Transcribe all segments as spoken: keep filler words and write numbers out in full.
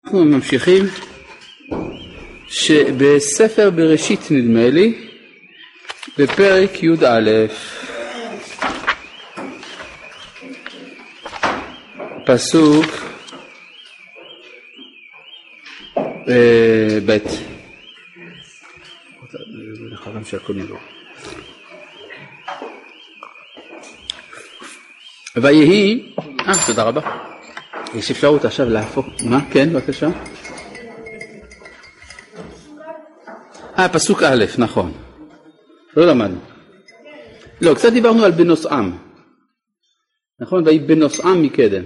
אנחנו ממשיכים שבספר בראשית נדמה לי בפרק י' א' פסוק ב' לחרם שהכל נדור ויהי אה תודה רבה יש אפשרות עכשיו להפוך מה? כן בבקשה אה פסוק א' נכון לא למדנו לא קצת דיברנו על בנוסעם נכון ויהי בנוסעם מקדם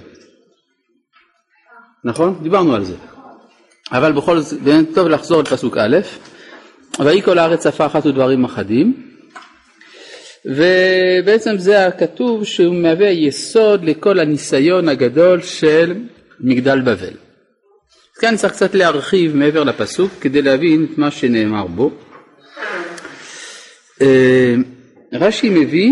נכון דיברנו על זה אבל בכל זאת טוב לחזור לפסוק א' ויהי כל הארץ שפה אחת ודברים אחדים ובעצם זה הכתוב שהוא מהווה יסוד לכל הניסיון הגדול של מגדל בבל. כאן צריך קצת להרחיב מעבר לפסוק כדי להבין את מה שנאמר בו. רש"י מביא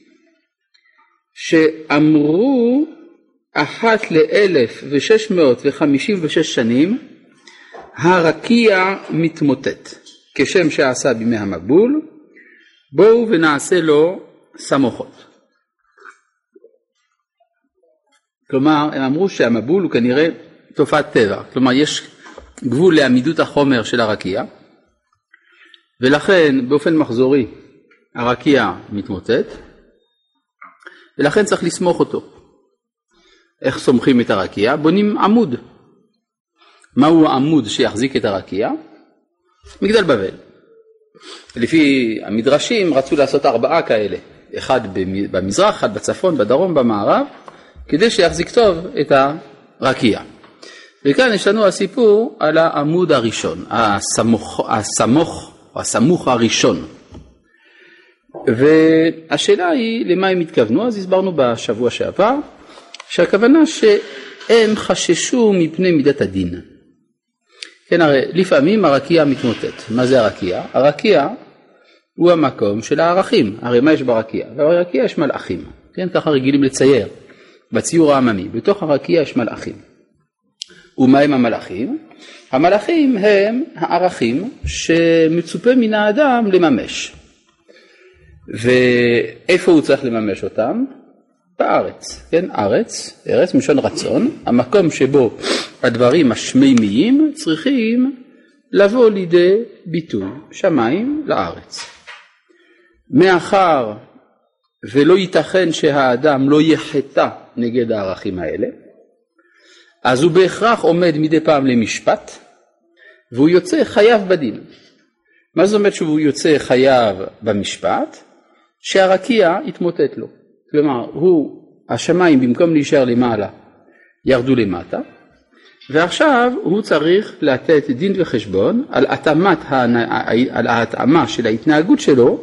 שאמרו אחת לאלף ושש מאות וחמישים ושש שנים הרקיע מתמוטט כשם שעשה בימי המבול בואו ונעשה לו סמוכות. כלומר, הם אמרו שהמבול הוא כנראה תופעת טבע. כלומר, יש גבול לעמידות החומר של הרקיע, ולכן באופן מחזורי הרקיע מתמוטט, ולכן צריך לסמוך אותו. איך סומכים את הרקיע? בונים עמוד. מהו העמוד שיחזיק את הרקיע? מגדל בבל. לפי המדרשים רצו לעשות ארבעה כאלה, אחד במזרח, אחד בצפון, בדרום, במערב, כדי שיחזיק טוב את הרקיע. וכאן יש לנו הסיפור על העמוד הראשון, הסמוך, הסמוך, הסמוך הראשון. והשאלה היא למה הם התכוונו, אז הסברנו בשבוע שעבר, שהכוונה שהם חששו מפני מידת הדין. כן, הרי לפעמים הרקיע מתמוטט. מה זה הרקיע? הרקיע הוא המקום של הערכים. הרי מה יש ברקיע? ברקיע יש מלאכים. כן, ככה רגילים לצייר. בציור העממי. בתוך הרקיע יש מלאכים. ומה הם המלאכים? המלאכים הם הערכים שמצופה מן האדם לממש. ואיפה הוא צריך לממש אותם? בארץ. כן, ארץ, ארץ, מלשון רצון. המקום שבו הדברים השמימיים צריכים לבוא לידי ביטוי שמיים לארץ. מאחר ולא ייתכן שהאדם לא יחטא נגד הערכים האלה, אז הוא בהכרח עומד מדי פעם למשפט, והוא יוצא חייב בדין. מה זאת אומרת שהוא יוצא חייב במשפט? שהרקיע יתמוטט לו. כלומר, הוא, השמיים במקום להישאר למעלה, ירדו למטה, ועכשיו הוא צריך לתת דין וחשבון על התאמת, על ההתאמה של ההתנהגות שלו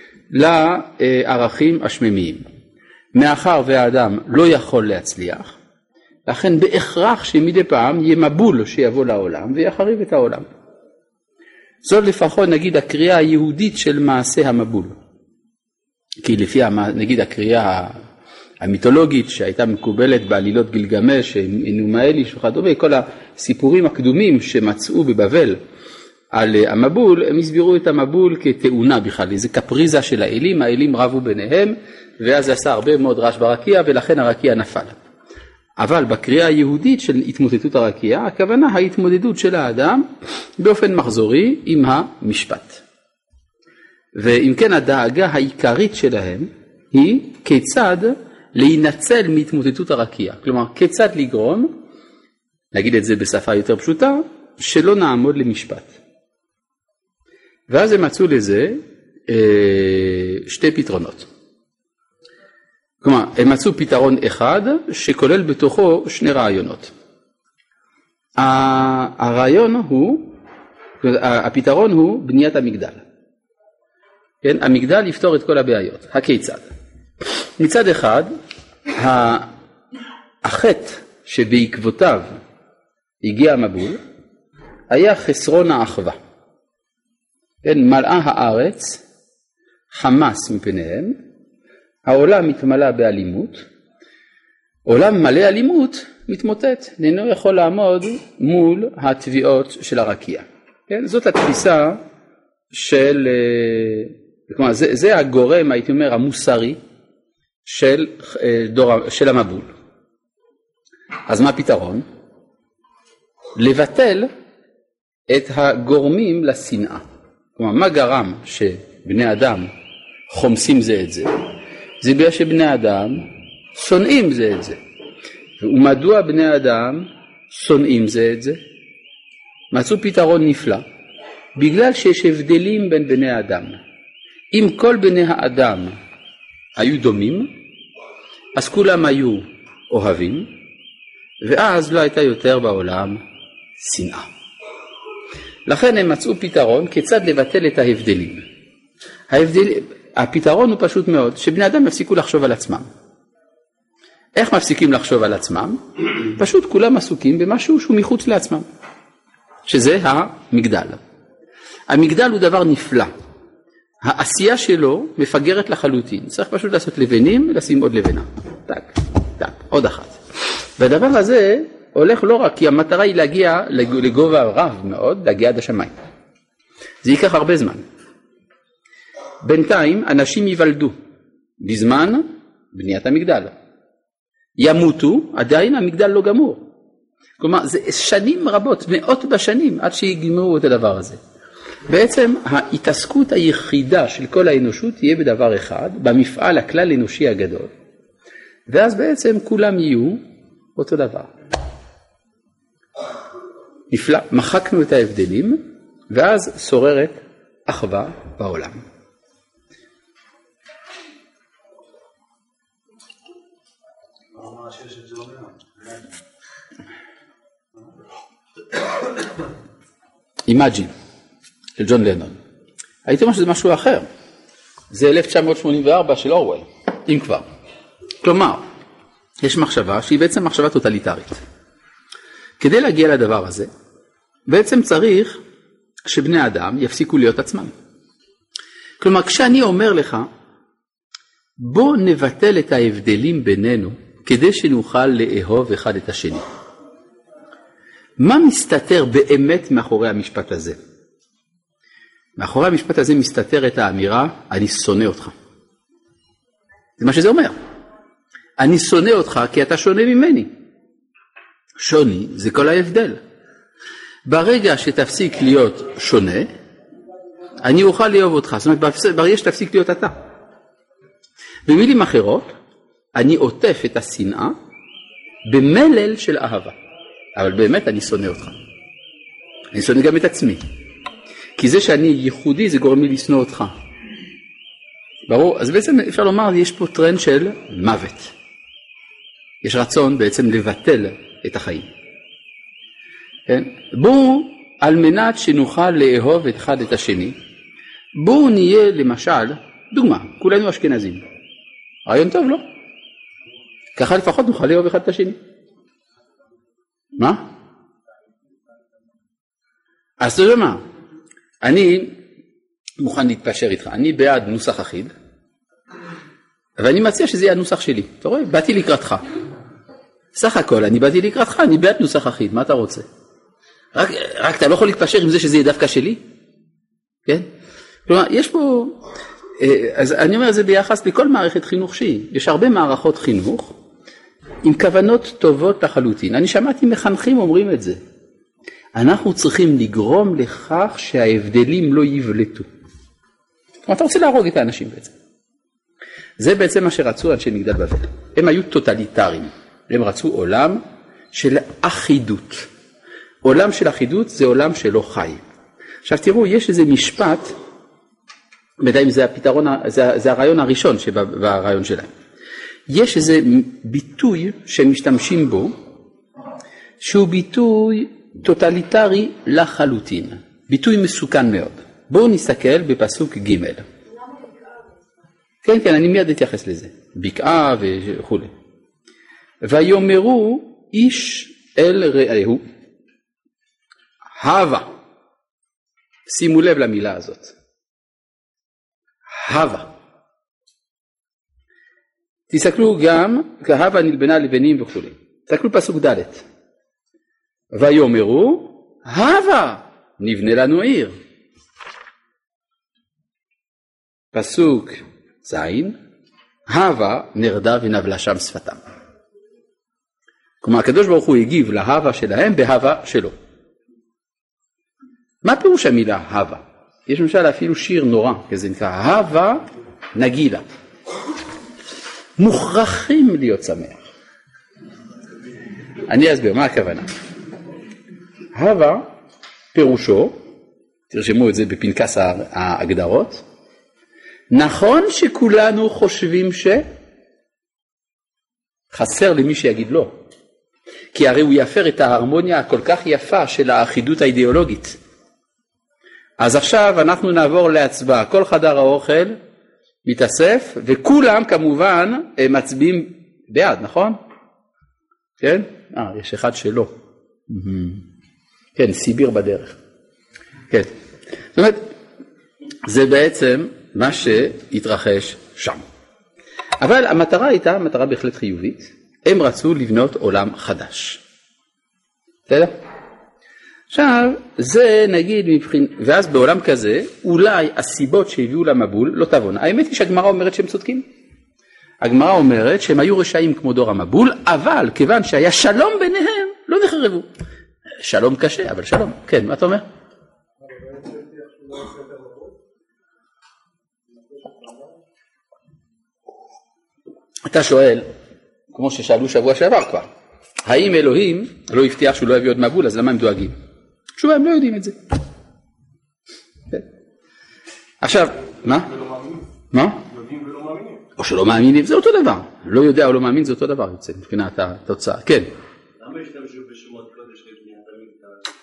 לערכים השמימיים. מאחר והאדם לא יכול להצליח, לכן בהכרח שמדי פעם יהיה מבול שיבוא לעולם ויחריב את העולם. זאת לפחות נגיד הקריאה היהודית של מעשה המבול. כי לפי נגיד הקריאה המיתולוגית שהייתה מקובלת בעלילות גילגמש, אנומאלי וכדומה, כל הסיפורים הקדומים שמצאו בבבל על המבול, הם הסבירו את המבול כתאונה בכלל, איזה קפריזה של האלים, האלים רבו ביניהם, ואז זה עשה הרבה מאוד רעש ברקיע, ולכן הרקיע נפל. אבל בקריאה היהודית של התמוטטות הרקיע, הכוונה ההתמודדות של האדם באופן מחזורי עם המשפט. ואם כן הדאגה העיקרית שלהם היא כיצד להינצל מהתמוטטות הרקיע. כלומר, כיצד לגרום, נגיד את זה בשפה יותר פשוטה, שלא נעמוד למשפט. ואז הם מצאו לזה אה, שתי פתרונות. כלומר, הם מצאו פתרון אחד שכולל בתוכו שני רעיונות. הרעיון הוא, הפתרון הוא בניית המגדל. כן? המגדל יפתור את כל הבעיות. הכיצד? מצד אחד, החטא שבעקבותיו הגיע המבול, היה חסרון האחווה. כן? מלאה הארץ, חמס מפניהם, העולם מתמלא באלימות, עולם מלא אלימות מתמוטט, אינו יכול לעמוד מול התביעות של הרקיע. כן? זאת התפיסה של, כלומר, זה, זה הגורם, הייתי אומר, המוסרי של, דור, של המבול. אז מה הפתרון? לבטל את הגורמים לשנאה. כלומר, מה גרם שבני אדם חומסים זה את זה? זה בגלל שבני אדם שונאים זה את זה. ומדוע בני אדם שונאים זה את זה? מצאו פתרון נפלא. בגלל שיש הבדלים בין בני האדם. אם כל בני האדם היו דומים, אז כולם היו אוהבים, ואז לא הייתה יותר בעולם שנאה. לכן הם מצאו פתרון כיצד לבטל את ההבדלים. ההבדל, הפתרון הוא פשוט מאוד, שבני אדם יפסיקו לחשוב על עצמם. איך מפסיקים לחשוב על עצמם? פשוט כולם עסוקים במשהו שהוא מחוץ לעצמם, שזה המגדל. המגדל הוא דבר נפלא. העשייה שלו מפגרת לחלוטין. צריך פשוט לעשות לבנים ולשים עוד לבנה. טק, טק, עוד אחת. והדבר הזה הולך לא רק כי המטרה היא להגיע לגובה רב מאוד, להגיע עד השמיים. זה ייקח הרבה זמן. בינתיים אנשים ייוולדו בזמן בניית המגדל. ימותו, עדיין המגדל לא גמור. כלומר, זה שנים רבות, מאות בשנים, עד שיגמרו את הדבר הזה. בעצם ההתעסקות היחידה של כל האנושות תהיה בדבר אחד, במפעל הכלל אנושי הגדול. ואז בעצם כולם יהיו אותו דבר. נפלא, מחקנו את ההבדלים, ואז שוררת אחווה בעולם. Imagine, של ג'ון לנון. הייתי אומר שזה משהו אחר. זה אלף תשע מאות שמונים וארבע של אורוול, אם כבר. כלומר, יש מחשבה שהיא בעצם מחשבה טוטליטרית. כדי להגיע לדבר הזה, בעצם צריך שבני אדם יפסיקו להיות עצמם. כלומר, כשאני אומר לך, בוא נבטל את ההבדלים בינינו, כדי שנוכל לאהוב אחד את השני. מה מסתתר באמת מאחורי המשפט הזה? מאחורי המשפט הזה מסתתר את האמירה, אני שונא אותך. זה מה שזה אומר. אני שונא אותך כי אתה שונה ממני. שוני זה כל ההבדל. ברגע שתפסיק להיות שונה, אני אוכל לאהוב אותך. זאת אומרת, ברגע שתפסיק להיות אתה. במילים אחרות, אני עוטף את השנאה במלל של אהבה. אבל באמת אני שונא אותך. אני שונא גם את עצמי. כי זה שאני ייחודי זה גורם לי לשנוא אותך. ברור? אז בעצם אפשר לומר, יש פה טרנד של מוות. יש רצון בעצם לבטל את החיים. כן? בואו, על מנת שנוכל לאהוב את אחד את השני, בואו נהיה למשל, דוגמה, כולנו אשכנזים. רעיון טוב, לא? ככה לפחות נוכל לאהוב אחד את השני. מה? אז אתה יודע מה? אני מוכן להתפשר איתך. אני בעד נוסח אחיד, ואני מציע שזה יהיה הנוסח שלי. אתה רואה? באתי לקראתך. סך הכל, אני באתי לקראתך, אני בעד נוסח אחיד. מה אתה רוצה? רק, רק אתה לא יכול להתפשר עם זה שזה יהיה דווקא שלי? כן? כלומר, יש פה... אז אני אומר את זה ביחס לכל מערכת חינוך שהיא. יש הרבה מערכות חינוך עם כוונות טובות לחלוטין. אני שמעתי מחנכים אומרים את זה. אנחנו צריכים לגרום לכך שההבדלים לא יבלטו. כלומר, אתה רוצה להרוג את האנשים בעצם. זה בעצם מה שרצו אנשי מגדל בבל. הם היו טוטליטריים. הם רצו עולם של אחידות. עולם של אחידות זה עולם שלא חי. עכשיו תראו, יש איזה משפט, בינתיים זה הפתרון, זה, זה הרעיון הראשון ברעיון שלהם. יש איזה ביטוי שמשתמשים בו, שהוא ביטוי טוטליטרי לחלוטין. ביטוי מסוכן מאוד. בואו נסתכל בפסוק ג'. כן, כן, אני מיד אתייחס לזה. בקעה וכו'. ויאמרו איש אל רעהו, הווה. שימו לב למילה הזאת. הווה. תסתכלו גם, כהווה נלבנה לבנים וכו'. תסתכלו פסוק ד' ויאמרו הווה נבנה לנו עיר. פסוק ז' הווה נרדה ונבלה שם שפתם. כלומר הקדוש ברוך הוא הגיב להווה שלהם בהווה שלו. מה פירוש המילה הווה? יש למשל אפילו שיר נורא כזה נקרא הווה נגילה. מוכרחים להיות שמח. אני אסביר מה הכוונה. הווה פירושו, תרשמו את זה בפנקס ההגדרות, נכון שכולנו חושבים ש... חסר למי שיגיד לא. כי הרי הוא יפר את ההרמוניה הכל כך יפה של האחידות האידיאולוגית. אז עכשיו אנחנו נעבור להצבעה. כל חדר האוכל מתאסף, וכולם כמובן מצביעים בעד, נכון? כן? אה, יש אחד שלא. כן, סיביר בדרך. כן. זאת אומרת, זה בעצם מה שהתרחש שם. אבל המטרה הייתה מטרה בהחלט חיובית. הם רצו לבנות עולם חדש. בסדר? עכשיו, זה נגיד מבחין, ואז בעולם כזה, אולי הסיבות שהביאו למבול לא תבון. האמת היא שהגמרא אומרת שהם צודקים. הגמרא אומרת שהם היו רשעים כמו דור המבול, אבל כיוון שהיה שלום ביניהם, לא נחרבו. שלום קשה, אבל שלום. כן, מה אתה אומר? אתה שואל, כמו ששאלו שבוע שעבר כבר, האם אלוהים לא הבטיח שהוא לא יביא עוד מבול, אז למה הם דואגים? תשובה, הם לא יודעים את זה. עכשיו, מה? מה? או שלא מאמינים, זה אותו דבר. לא יודע או לא מאמין, זה אותו דבר יוצא, מבחינת התוצאה. כן. למה השתמשו בשמות קודש לבניית המקדש?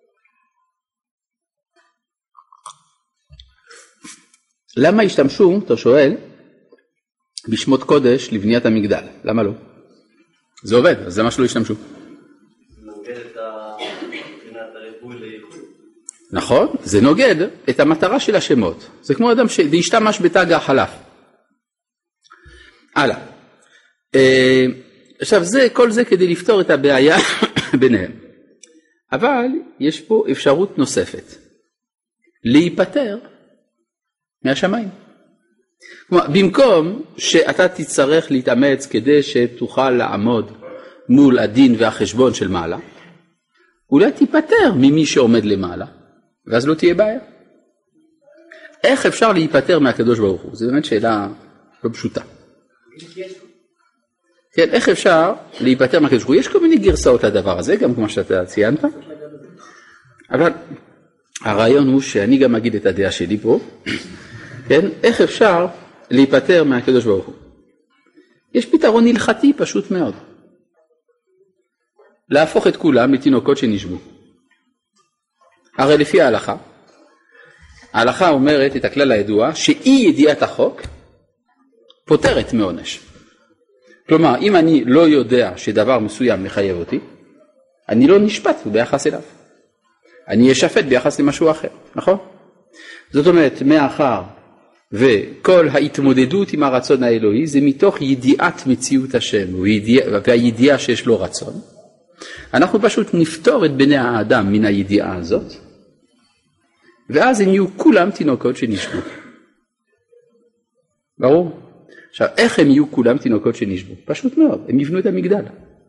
למה השתמשו, אתה שואל, בשמות קודש לבניית המגדל? למה לא? זה עובד, אז למה שלא השתמשו? זה נוגד את מבחינת הריבוי לייחוד. נכון, זה נוגד את המטרה של השמות. זה כמו אדם שהשתמש בתג החלף. הלאה. עכשיו, זה, כל זה כדי לפתור את הבעיה ביניהם. אבל יש פה אפשרות נוספת. להיפטר מהשמיים. כלומר, במקום שאתה תצטרך להתאמץ כדי שתוכל לעמוד מול הדין והחשבון של מעלה, אולי תיפטר ממי שעומד למעלה, ואז לא תהיה בעיה. איך אפשר להיפטר מהקדוש ברוך הוא? זו באמת שאלה לא פשוטה. כן, איך אפשר להיפטר מהקדוש ברוך הוא? יש כל מיני גרסאות לדבר הזה, גם כמו שאתה ציינת. אבל הרעיון הוא שאני גם אגיד את הדעה שלי פה. כן, איך אפשר להיפטר מהקדוש ברוך הוא? יש פתרון הלכתי פשוט מאוד. להפוך את כולם לתינוקות שנשבו. הרי לפי ההלכה, ההלכה אומרת את הכלל הידוע שאי ידיעת החוק פותרת מעונש. כלומר, אם אני לא יודע שדבר מסוים מחייב אותי, אני לא נשפט ביחס אליו. אני אהיה שפט ביחס למשהו אחר, נכון? זאת אומרת, מאחר וכל ההתמודדות עם הרצון האלוהי זה מתוך ידיעת מציאות השם והידיעה שיש לו רצון, אנחנו פשוט נפתור את בני האדם מן הידיעה הזאת, ואז הם יהיו כולם תינוקות שנשבו. ברור? עכשיו, איך הם יהיו כולם תינוקות שנשבו? פשוט מאוד, הם יבנו את המגדל.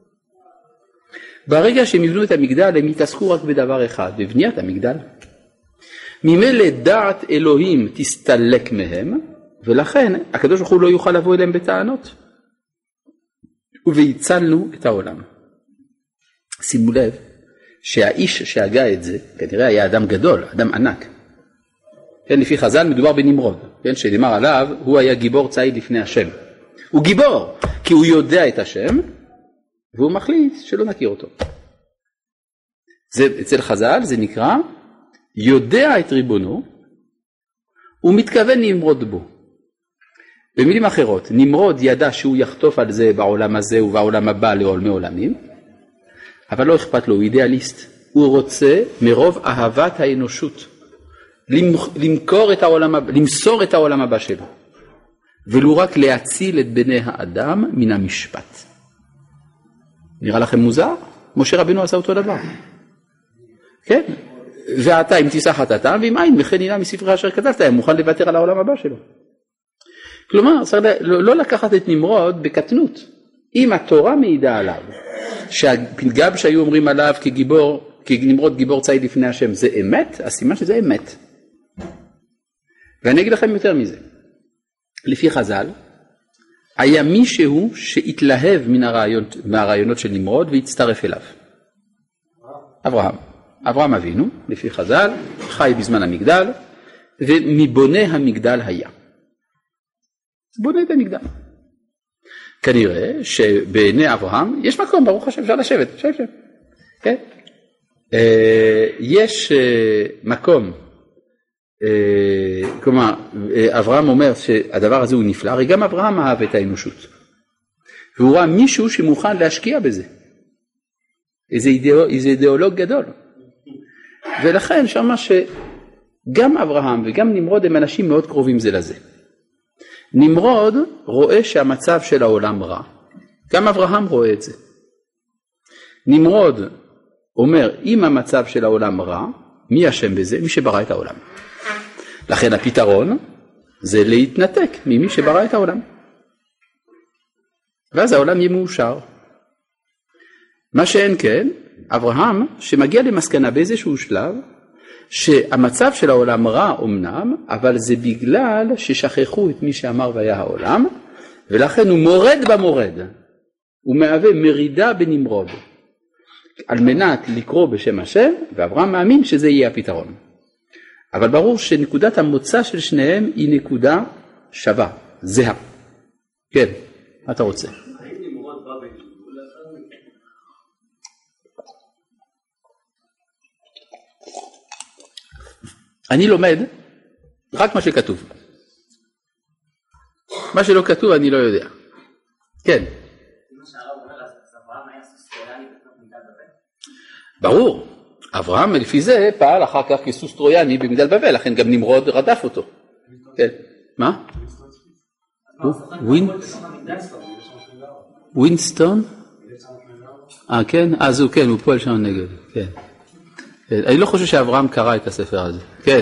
ברגע שהם יבנו את המגדל, הם יתעסקו רק בדבר אחד, בבניית המגדל. ממילא דעת אלוהים תסתלק מהם, ולכן הקדוש ברוך הוא לא יוכל לבוא אליהם בטענות. והצלנו את העולם. שימו לב שהאיש שהגה את זה, כנראה היה אדם גדול, אדם ענק. כן, לפי חז"ל מדובר בנמרוד, כן, שנאמר עליו, הוא היה גיבור צעיד לפני השם. הוא גיבור, כי הוא יודע את השם, והוא מחליט שלא נכיר אותו. זה, אצל חז"ל זה נקרא, יודע את ריבונו, ומתכוון נמרוד בו. במילים אחרות, נמרוד ידע שהוא יחטוף על זה בעולם הזה ובעולם הבא לעולמי עולמים, אבל לא אכפת לו, הוא אידיאליסט. הוא רוצה מרוב אהבת האנושות, למכור את העולם, למסור את העולם הבא שלו, ולא רק להציל את בני האדם מן המשפט. נראה לכם מוזר? משה רבינו עשה אותו דבר. כן? ואתה אם תישא חטאתם, ואם אין וכן הנה מספרי אשר כתבת, היה מוכן לוותר על העולם הבא שלו. כלומר, לא לקחת את נמרוד בקטנות. אם התורה מעידה עליו, שהפלגים שהיו אומרים עליו כגיבור, כנמרוד גיבור ציד לפני השם, זה אמת, אז סימן שזה אמת. ואני אגיד לכם יותר מזה. לפי חז"ל, היה מישהו שהתלהב מן הרעיונות, מהרעיונות של נמרוד והצטרף אליו. אברהם. אברהם אבינו, לפי חז"ל, חי בזמן המגדל, ומבונה המגדל היה. בונה את המגדל. כנראה שבעיני אברהם יש מקום, ברוך השם, אפשר לשבת, אפשר לשבת. כן? יש מקום, כלומר, אברהם אומר שהדבר הזה הוא נפלא, הרי גם אברהם אהב את האנושות. והוא ראה מישהו שמוכן להשקיע בזה. איזה, אידאולוג, איזה אידאולוג גדול. ולכן שמה שגם אברהם וגם נמרוד הם אנשים מאוד קרובים זה לזה. נמרוד רואה שהמצב של העולם רע. גם אברהם רואה את זה. נמרוד אומר, אם המצב של העולם רע, מי אשם בזה? מי שברא את העולם. לכן הפתרון זה להתנתק ממי שברא את העולם. ואז העולם יהיה מאושר. מה שאין כן, אברהם שמגיע למסקנה באיזשהו שלב, שהמצב של העולם רע אומנם, אבל זה בגלל ששכחו את מי שאמר והיה העולם, ולכן הוא מורד במורד. הוא מהווה מרידה בנמרוד. על מנת לקרוא בשם השם, ואברהם מאמין שזה יהיה הפתרון. אבל ברור שנקודת המוצא של שניהם היא נקודה שווה, זהה. כן, מה אתה רוצה? האם נמרוד בא בגלגול לאחר מכן? אני לומד רק מה שכתוב. מה שלא כתוב אני לא יודע. כן. מה שהרב אומר, אז אברהם היה סוס טרויאני בתוך מגדל בבל? ברור. אברהם לפי זה פעל אחר כך כסוס טרויאני במגדל בבל, לכן גם נמרוד רדף אותו. כן. מה? ווינסטון? אה כן? אז הוא כן, הוא פועל שם נגד. כן. אני לא חושב שאברהם קרא את הספר הזה. כן.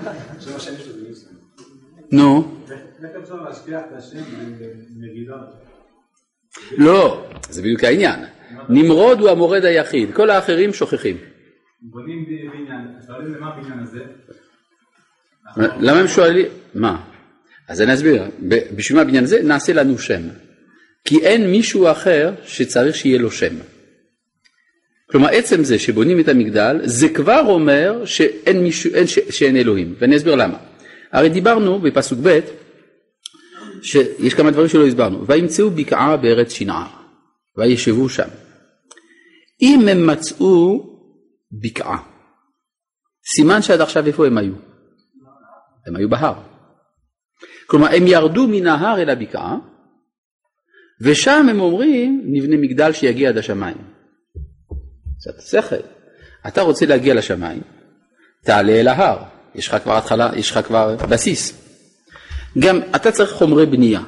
נו. איך אפשר להשפיע את השם במגילה? לא, זה בדיוק העניין. נמרוד הוא המורד היחיד, כל האחרים שוכחים. בונים בניין, שואלים למה הבניין הזה? למה הם שואלים? מה? אז אני אסביר, בשביל מה הבניין הזה? נעשה לנו שם. כי אין מישהו אחר שצריך שיהיה לו שם. כלומר, עצם זה שבונים את המגדל, זה כבר אומר שאין מישהו, אין, ש, שאין אלוהים. ואני אסביר למה. הרי דיברנו בפסוק ב' שיש כמה דברים שלא הסברנו. וימצאו בקעה בארץ שנער, וישבו שם. אם הם מצאו בקעה, סימן שעד עכשיו איפה הם היו? הם היו בהר. כלומר, הם ירדו מן ההר אל הבקעה, ושם הם אומרים, נבנה מגדל שיגיע עד השמיים. קצת שכל. אתה רוצה להגיע לשמיים, תעלה אל ההר. יש לך כבר התחלה, יש לך כבר בסיס. גם אתה צריך חומרי בנייה.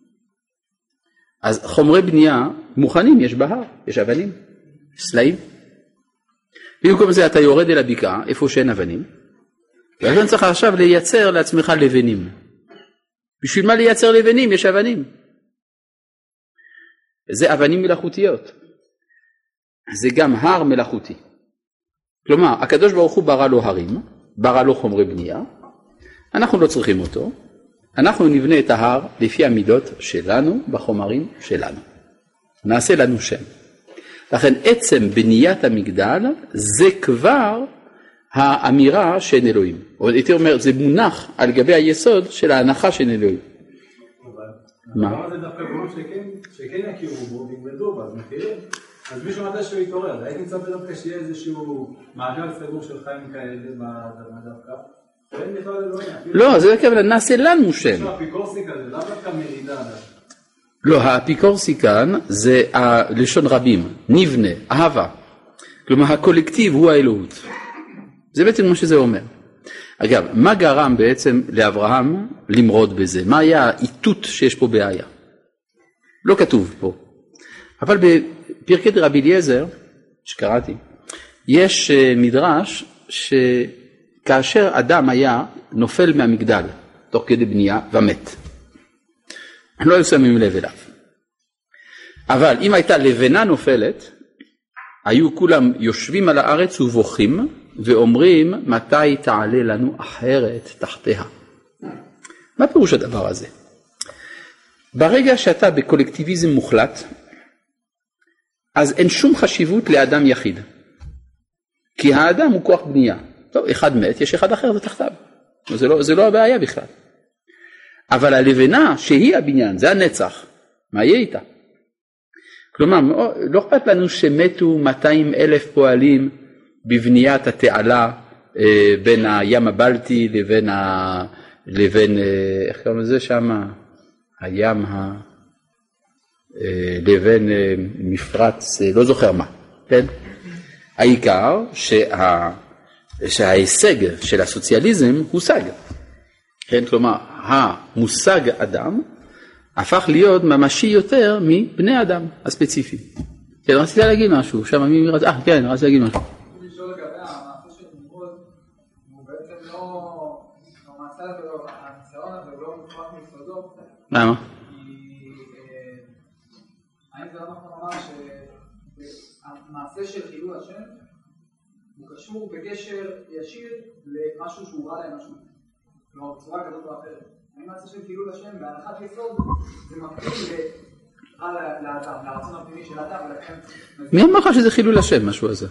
אז חומרי בנייה מוכנים, יש בהר, יש אבנים, יש סלעים. במקום זה אתה יורד אל הבקעה, איפה שאין אבנים, ואתה צריך עכשיו לייצר לעצמך לבנים. בשביל מה לייצר לבנים? יש אבנים. זה אבנים מלאכותיות. זה גם הר מלאכותי. כלומר, הקדוש ברוך הוא ברא לו הרים, ברא לו חומרי בנייה, אנחנו לא צריכים אותו, אנחנו נבנה את ההר לפי המידות שלנו, בחומרים שלנו. נעשה לנו שם. לכן עצם בניית המגדל זה כבר האמירה שאין אלוהים. או הייתי אומר, זה מונח על גבי היסוד של ההנחה שאין אלוהים. מה? זה דווקא גורם שכן יכירו בו, וילמדו בו, אז מכירים. אז מישהו מתי שהוא יתעורר, הייתי מצפה דווקא שיהיה איזשהו מעגל סגור של חיים כאלה דווקא. לא, זה הכוונה, נעשה לנו שם. יש לו אפיקורסיקה, זה לא דווקא מרידה. לא, האפיקורסיקן זה הלשון רבים, נבנה, אהבה. כלומר, הקולקטיב הוא האלוהות. זה בעצם מה שזה אומר. אגב, מה גרם בעצם לאברהם למרוד בזה? מה היה האיתות שיש פה בעיה? לא כתוב פה. אבל בפרקי דרבי אליעזר, שקראתי, יש מדרש שכאשר אדם היה נופל מהמגדל תוך כדי בנייה ומת, לא היו שמים לב אליו. אבל אם הייתה לבנה נופלת, היו כולם יושבים על הארץ ובוכים ואומרים מתי תעלה לנו אחרת תחתיה. מה פירוש הדבר הזה? ברגע שאתה בקולקטיביזם מוחלט, אז אין שום חשיבות לאדם יחיד. כי האדם הוא כוח בנייה. טוב, אחד מת, יש אחד אחר ותחתיו. זה לא, זה לא הבעיה בכלל. אבל הלבנה שהיא הבניין, זה הנצח. מה יהיה איתה? כלומר, לא אכפת לנו שמתו מאתיים אלף פועלים בבניית התעלה אה, בין הים הבלטי לבין, ה... לבין אה, איך קוראים לזה שם? הים ה... אה, לבין אה, מפרץ, אה, לא זוכר מה, כן? העיקר שה... שההישג של הסוציאליזם הושג. כן? כלומר, המושג אדם הפך להיות ממשי יותר מבני אדם הספציפי. כן, רציתי להגיד משהו, שם מי רצה, אה, כן, רציתי להגיד משהו. אני לשאול לגבי המעשה של נמרוד, הוא בעצם לא, המעשה הזה, הניסיון הזה הוא לא מופרט מיסודו. למה? כי, האם זה לא נכון לומר שהמעשה של חילול השם, הוא קשור בקשר ישיר למשהו שהוא רע למשהו. כלומר, בצורה כזאת או אחרת. אני מעשה של חילול השם, בהנחת יסוד, זה מקביל רע לאדם, לרצון הפנימי של האדם, ולכן... מי אמר לך שזה חילול השם, משהו הזה?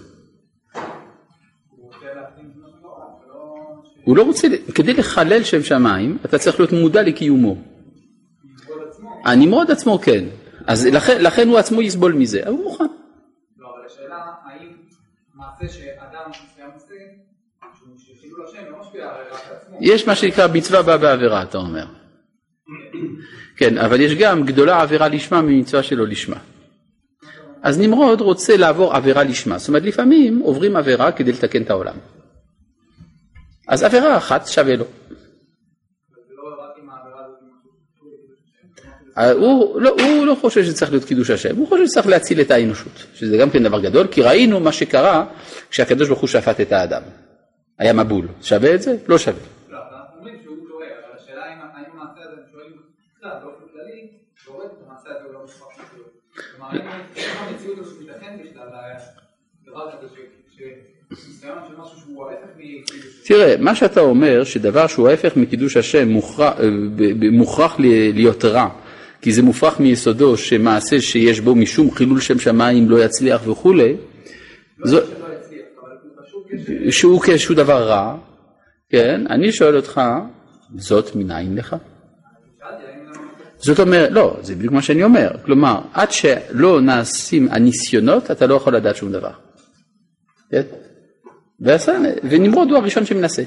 הוא רוצה להפנים משהו לא רע, ולא... הוא לא רוצה, כדי לחלל שם שמיים, אתה צריך להיות מודע לקיומו. נמרוד עצמו? הנמרוד עצמו כן, אז לכן, לכן הוא עצמו יסבול מזה, אבל הוא מוכן. לא, אבל השאלה, האם מעשה שאדם מסוים עושה, שהוא חילול השם, לא משפיע הרי רק על עצמו? יש מה שנקרא מצווה באה בעבירה, אתה אומר. כן, אבל יש גם גדולה עבירה לשמה ממצווה שלא לשמה. אז נמרוד רוצה לעבור עבירה לשמה, זאת אומרת לפעמים עוברים עבירה כדי לתקן את העולם. אז עבירה אחת שווה לו. הוא לא, הוא לא חושב שצריך להיות קידוש השם, הוא חושב שצריך להציל את האנושות, שזה גם כן דבר גדול, כי ראינו מה שקרה כשהקדוש ברוך הוא שפט את האדם. היה מבול, שווה את זה? לא שווה. לא, אנחנו אומרים שהוא טועה, אבל השאלה האם המעשה הזה, אני שואלים קצת, באופן כללי, שהורד את המעשה הזה לא משפח מציאות. כלומר, האם המציאות הזו שמתכן בכלל, דבר כזה שניסיון של משהו שהוא ההפך מקידוש השם. תראה, מה שאתה אומר, שדבר שהוא ההפך מקידוש השם מוכרח להיות רע, כי זה מופרך מיסודו שמעשה שיש בו משום חילול שם שמיים לא יצליח וכו'. לא שלא יצליח, אבל הוא פשוט שהוא כשהוא דבר רע, כן, אני שואל אותך, זאת מנין לך? זאת אומרת, לא, זה בדיוק מה שאני אומר, כלומר, עד שלא נעשים הניסיונות, אתה לא יכול לדעת שום דבר. כן? ונמרוד הוא הראשון שמנסה.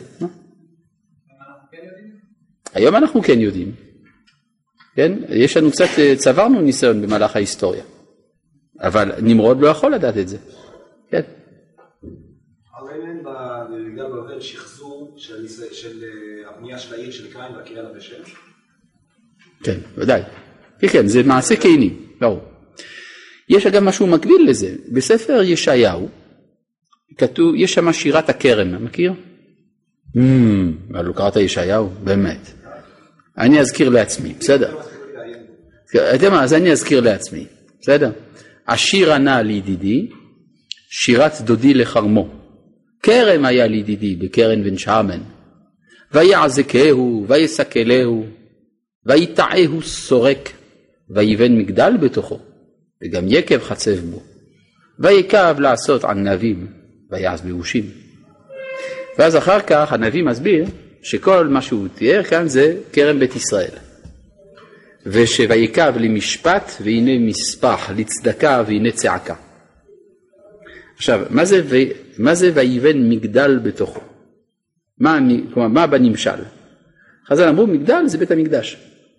היום אנחנו כן יודעים. כן? יש לנו קצת, צברנו ניסיון במהלך ההיסטוריה. אבל נמרוד לא יכול לדעת את זה. כן? אבל אין בגלל בעבר שחזור של הבנייה של העיר של קין והקריאה לבשם? כן, ודאי. כן, זה מעשה קיינים, ברור. יש גם משהו מקביל לזה. בספר ישעיהו, כתוב, יש שם שירת הכרם, מכיר? אבל לא קראת ישעיהו? באמת. אני אזכיר לעצמי, בסדר? אתם מה, אז אני אזכיר לעצמי, בסדר? השיר ענה לידידי, שירת דודי לחרמו. כרם היה לידידי בקרן בן שמן. ויעזקהו, ויסקלהו, ויטעהו סורק, ויבן מגדל בתוכו, וגם יקב חצב בו. ויקב לעשות ענבים, ויעש באושים. ואז אחר כך הנביא מסביר שכל מה שהוא תיאר כאן זה כרם בית ישראל. ושוויקב למשפט והנה מספח, לצדקה והנה צעקה. עכשיו, מה זה, ו... מה זה ויבן מגדל בתוכו? מה, כלומר, מה בנמשל? חז"ל אמרו מגדל זה בית המקדש.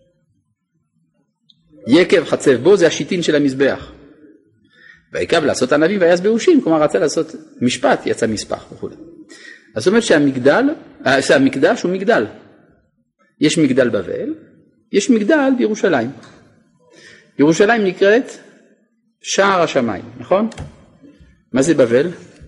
יקב חצב בו זה השיטין של המזבח. ויקב לעשות ענבים ויעש באושים, כלומר רצה לעשות משפט, יצא מספח וכו'. אז זאת אומרת שהמגדל, שהמקדש הוא מגדל. יש מגדל בבל, יש מגדל בירושלים. ירושלים נקראת שער השמיים, נכון? מה זה בבל?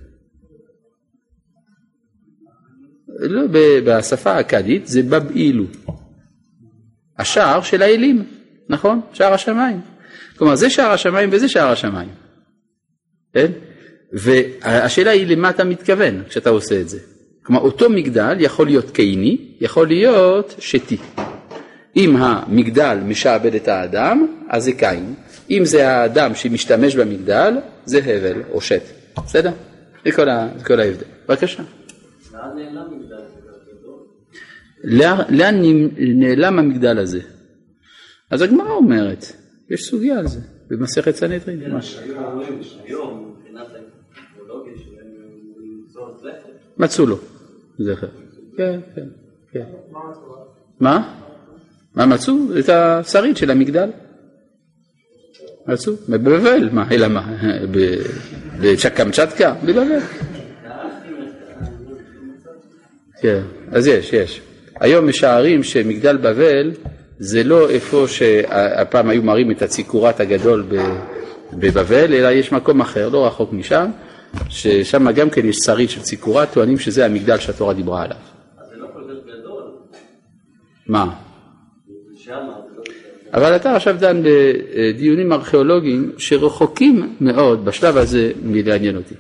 לא, בשפה האכדית זה בבאילו. השער של האלים, נכון? שער השמיים. כלומר, זה שער השמיים וזה שער השמיים. כן? והשאלה היא למה אתה מתכוון כשאתה עושה את זה. כלומר, אותו מגדל יכול להיות קייני, יכול להיות שתי. אם המגדל משעבד את האדם, אז זה קין. אם זה האדם שמשתמש במגדל, זה הבל או שת. בסדר? זה כל, ה... זה כל ההבדל. בבקשה. לאן נעלם מגדל הזה? לאן נעלם המגדל הזה? אז הגמרא אומרת, יש סוגיה על זה, במסכת סנהדרין. היום, מבחינת האקולוגיה שלהם, למצוא זכר. מצאו לו, זכר. כן, כן, כן. מה? מה מצאו? את השריד של המגדל. מצאו? בבבל, מה? אלא מה? בצ'קמצ'טקה? בבבל. כן, אז יש, יש. היום משערים שמגדל בבל זה לא איפה שהפעם היו מראים את הציקורת הגדול בבבל, אלא יש מקום אחר, לא רחוק משם, ששם גם כן יש שריד של ציקורת, טוענים שזה המגדל שהתורה דיברה עליו. אז זה לא כל כך גדול. מה? שם, זה לא גדול. אבל אתה עכשיו דן בדיונים ארכיאולוגיים שרחוקים מאוד בשלב הזה מלעניין אותי.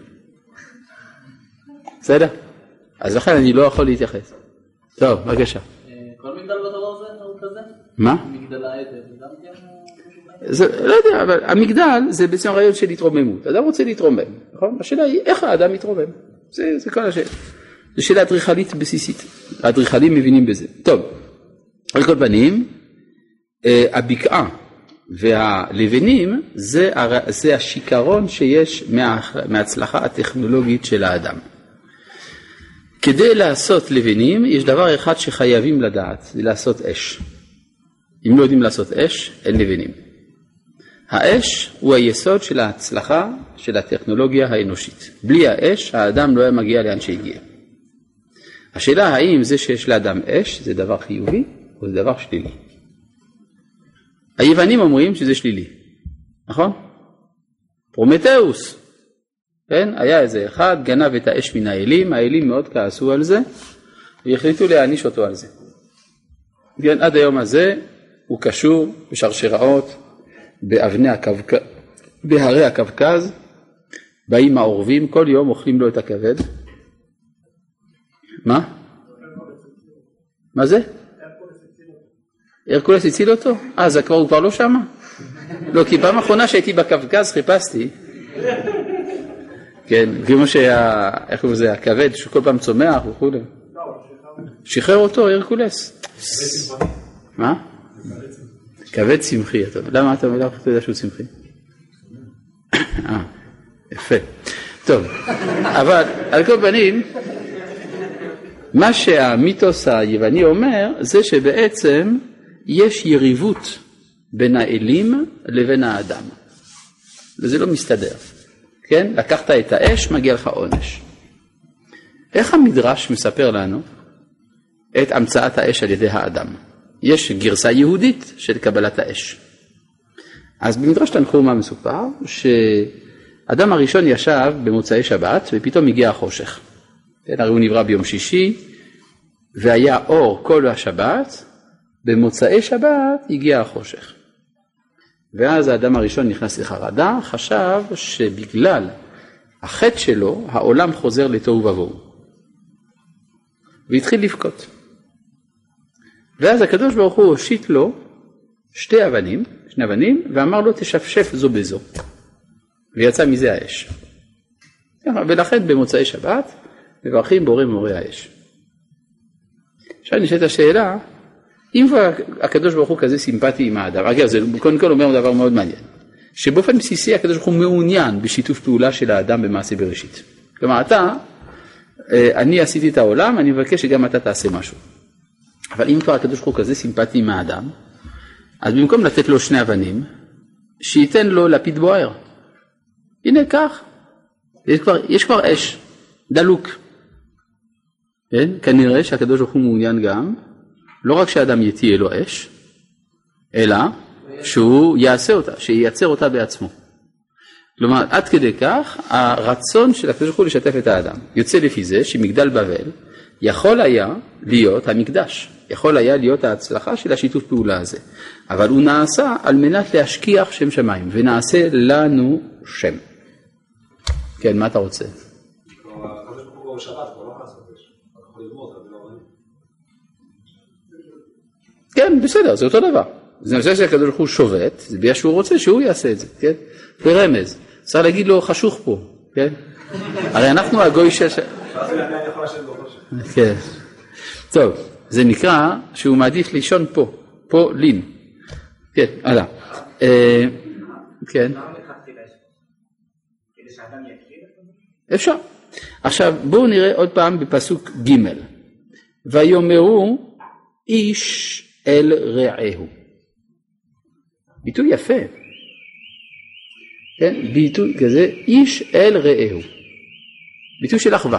בסדר? אז לכן אני לא יכול להתייחס. טוב, בבקשה. כל מגדל בתורה זה הוא כזה? מה? מגדל העדר, זה גם כן... זה, לא יודע, אבל המגדל זה בעצם רעיון של התרוממות. אדם רוצה להתרומם, נכון? השאלה היא איך האדם מתרומם. זה, זה כל השאלה. זו שאלה אדריכלית בסיסית. האדריכלים מבינים בזה. טוב, על כל פנים, הבקעה והלבנים זה, זה השיקרון שיש מה, מההצלחה הטכנולוגית של האדם. כדי לעשות לבנים, יש דבר אחד שחייבים לדעת, זה לעשות אש. אם לא יודעים לעשות אש, אין לבנים. האש הוא היסוד של ההצלחה של הטכנולוגיה האנושית. בלי האש, האדם לא היה מגיע לאן שהגיע. השאלה האם זה שיש לאדם אש, זה דבר חיובי או זה דבר שלילי. היוונים אומרים שזה שלילי, נכון? פרומטאוס. כן? היה איזה אחד, גנב את האש מן האלים, האלים מאוד כעסו על זה, והחליטו להעניש אותו על זה. כן, עד היום הזה הוא קשור בשרשראות, באבני הקווקז, בהרי הקווקז, באים העורבים, כל יום אוכלים לו את הכבד. מה? מה זה? הרקולס הציל אותו? אה, זה כבר, הוא כבר לא שמה? לא, כי פעם האחרונה שהייתי בקווקז חיפשתי, כן, כמו שה... איך הוא זה, הכבד, שכל פעם צומח וכו'. שחרר אותו, הרקולס. מה? כבד צמחי. למה אתה לא יודע שהוא צמחי? אה, יפה. טוב, אבל על כל פנים, מה שהמיתוס היווני אומר, זה שבעצם יש יריבות בין האלים לבין האדם. וזה לא מסתדר. כן? לקחת את האש, מגיע לך עונש. איך המדרש מספר לנו את המצאת האש על ידי האדם? יש גרסה יהודית של קבלת האש. אז במדרש תנחומא מסופר שאדם הראשון ישב במוצאי שבת ופתאום הגיע החושך. כן, הרי הוא נברא ביום שישי והיה אור כל השבת, במוצאי שבת הגיע החושך. ואז האדם הראשון נכנס לחרדה, חשב שבגלל החטא שלו העולם חוזר לתוהו ובוהו. והתחיל לבכות. ואז הקדוש ברוך הוא הושיט לו שתי אבנים, שני אבנים, ואמר לו תשפשף זו בזו. ויצא מזה האש. ולכן במוצאי שבת מברכים בורא מורה האש. עכשיו נשאלת השאלה, אם הקדוש ברוך הוא כזה סימפטי עם האדם, אגב זה קודם כל אומר דבר מאוד מעניין, שבאופן בסיסי הקדוש ברוך הוא מעוניין בשיתוף פעולה של האדם במעשה בראשית. כלומר אתה, אני עשיתי את העולם, אני מבקש שגם אתה תעשה משהו. אבל אם כבר הקדוש ברוך הוא כזה סימפטי עם האדם, אז במקום לתת לו שני אבנים, שייתן לו לפיד בוער. הנה כך, יש כבר, יש כבר אש, דלוק. כן? כנראה שהקדוש ברוך הוא מעוניין גם, לא רק שהאדם יתיה לו אש, אלא שהוא יעשה אותה, שייצר אותה בעצמו. כלומר, עד כדי כך, הרצון של הקדוש ברוך הוא לשתף את האדם. יוצא לפי זה שמגדל בבל יכול היה להיות המקדש, יכול היה להיות ההצלחה של השיתוף פעולה הזה. אבל הוא נעשה על מנת להשכיח שם שמיים, ונעשה לנו שם. כן, מה אתה רוצה? הקדוש ברוך הוא בשבת, כבר לא חס חודש. אתה יכול ללמוד, אבל לא רואים. כן, בסדר, זה אותו דבר. זה נושא שהקדוש ברוך הוא שובת, זה בגלל שהוא רוצה שהוא יעשה את זה, כן? ברמז. צריך להגיד לו חשוך פה, כן? הרי אנחנו הגוי של... כן. טוב, זה נקרא שהוא מעדיף לישון פה, פה לין. כן, הלאה. כן. אפשר. עכשיו בואו נראה עוד פעם בפסוק ג' ויאמרו איש אל רעהו. ביטוי יפה. כן, ביטוי כזה, איש אל רעהו. ביטוי של אחווה.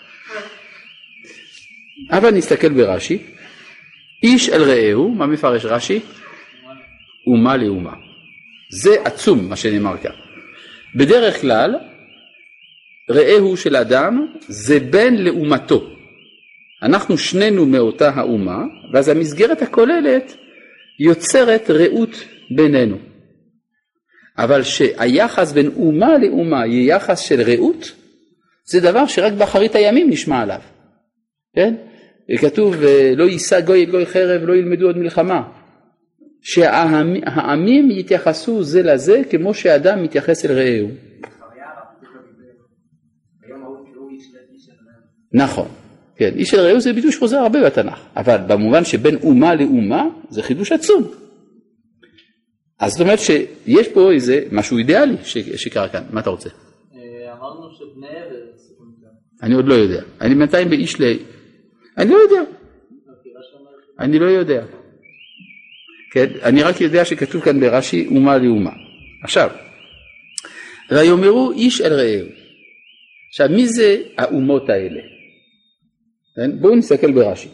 אבל נסתכל ברש"י. איש אל רעהו, מה מפרש רש"י? אומה לאומה. זה עצום מה שנאמר כאן. בדרך כלל, רעהו של אדם זה בן לאומתו. אנחנו שנינו מאותה האומה, ואז המסגרת הכוללת יוצרת רעות בינינו. אבל שהיחס בין אומה לאומה יהיה יחס של רעות, זה דבר שרק באחרית הימים נשמע עליו. כן? כתוב, לא יישא גוי גוי חרב, לא ילמדו עוד מלחמה. שהעמים יתייחסו זה לזה כמו שאדם מתייחס אל רעהו. נכון. כן, איש של רעהו זה ביטוי שחוזר הרבה בתנ"ך, אבל במובן שבין אומה לאומה זה חידוש עצום. אז זאת אומרת שיש פה איזה משהו אידיאלי שקרה כאן. מה אתה רוצה? אמרנו שבני ארץ. אני עוד לא יודע. אני בינתיים באיש ל... אני לא יודע. אני לא יודע. כן, אני רק יודע שכתוב כאן ברש"י אומה לאומה. עכשיו, ויאמרו איש אל רעהו. עכשיו, מי זה האומות האלה? כן? בואו נסתכל ברש"י.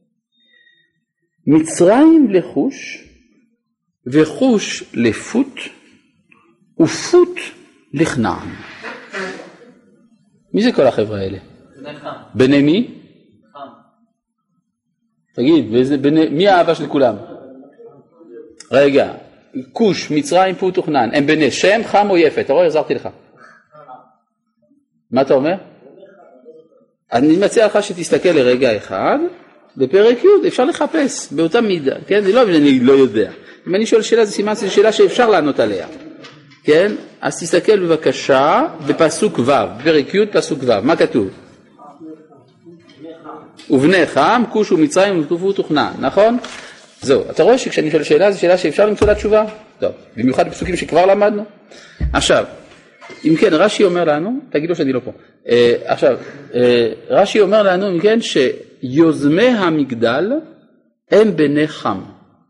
מצרים לחוש, וחוש לפות, ופות לכנען. מי זה כל החברה האלה? בני חם. בני מי? חם. תגיד, וזה בני, מי האבא של כולם? רגע, כוש, מצרים, פות וכנען, הם בני שם, חם או יפת? אתה רואה, עזרתי לך. מה אתה אומר? אני מציע לך שתסתכל לרגע אחד, בפרק י' אפשר לחפש באותה מידה, כן? זה לא, אני לא יודע. אם אני שואל שאלה, זה סימן, זו שאלה שאפשר לענות עליה. כן? אז תסתכל בבקשה בפסוק ו', פרק י' פסוק ו', מה כתוב? ובני חם, כוש ומצרים ופות וכנען, נכון? זהו, אתה רואה שכשאני שואל שאלה, זו שאלה שאפשר למצוא לה תשובה? טוב, במיוחד בפסוקים שכבר למדנו. עכשיו, אם כן, רש"י אומר לנו, תגיד לו שאני לא פה. אה, עכשיו, אה, רש"י אומר לנו, אם כן, שיוזמי המגדל הם בני חם.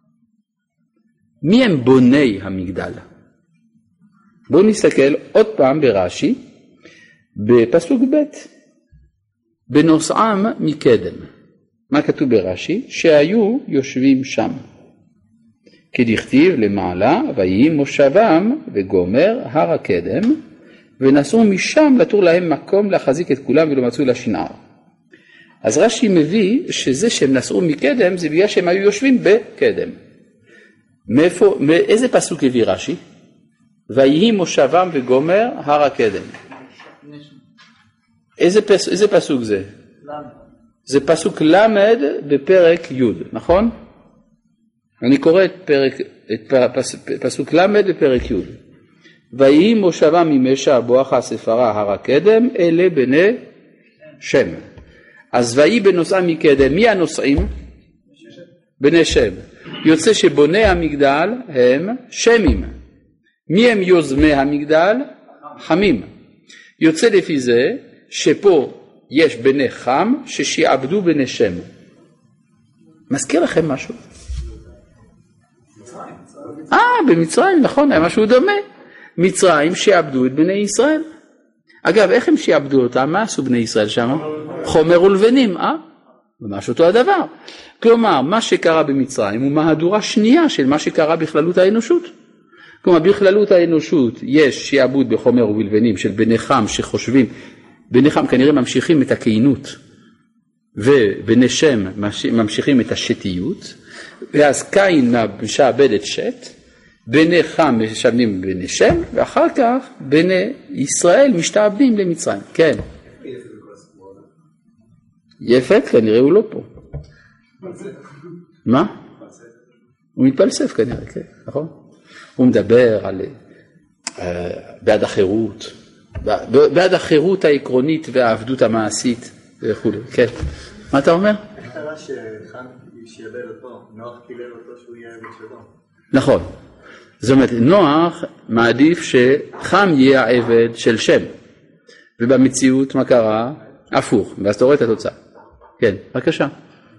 מי הם בוני המגדל? בואו נסתכל עוד פעם ברש"י, בפסוק ב' בנוסעם מקדם. מה כתוב ברש"י? שהיו יושבים שם. כדכתיב למעלה, ויהי מושבם וגומר הר הקדם, ונסעו משם לתור להם מקום להחזיק את כולם ולא מצאו לשנער. אז רש"י מביא שזה שהם נסעו מקדם, זה בגלל שהם היו יושבים בקדם. מאיפה, מאיזה פסוק הביא רש"י? ויהי מושבם וגומר הר הקדם. איזה, פס, איזה פסוק זה? זה פסוק למד בפרק י', נכון? אני קורא את, פרק, את פס, פסוק למד בפרק י'. ויהי מושבם ממשע בואכה ספרה הר הקדם, אלה בני שם. אז ויהי בנוסעם מקדם, מי הנוסעים? בני שם. יוצא שבוני המגדל הם שמים. מי הם יוזמי המגדל? חמים. יוצא לפי זה שפה יש בני חם ששיעבדו בני שם. מזכיר לכם משהו? אה, במצרים, נכון, היה משהו דומה. מצרים שיעבדו את בני ישראל. אגב, איך הם שיעבדו אותם? מה עשו בני ישראל שם? חומר ולבנים, אה? ממש אותו הדבר. כלומר, מה שקרה במצרים הוא מהדורה שנייה של מה שקרה בכללות האנושות. כלומר, בכללות האנושות יש שיעבוד בחומר ובלבנים של בני חם שחושבים, בני חם כנראה ממשיכים את הכהינות, ובני שם ממשיכים את השתיות, ואז קין משעבד את שת, בני חם משעבדים בני שם, ואחר כך בני ישראל משתעבדים למצרים. כן. יפת, כנראה הוא לא פה. מה? הוא מתפלסף כנראה, כן, נכון? הוא מדבר על בעד החירות, בעד החירות העקרונית והעבדות המעשית וכו'. כן. מה אתה אומר? איך קרה שחם שיעבד אותו, נוח קיבל אותו שהוא יהיה עבד שלו? נכון. זאת אומרת, נוח מעדיף שחם יהיה העבד של שם. ובמציאות מה קרה? הפוך. ואז אתה רואה את התוצאה. כן, בבקשה.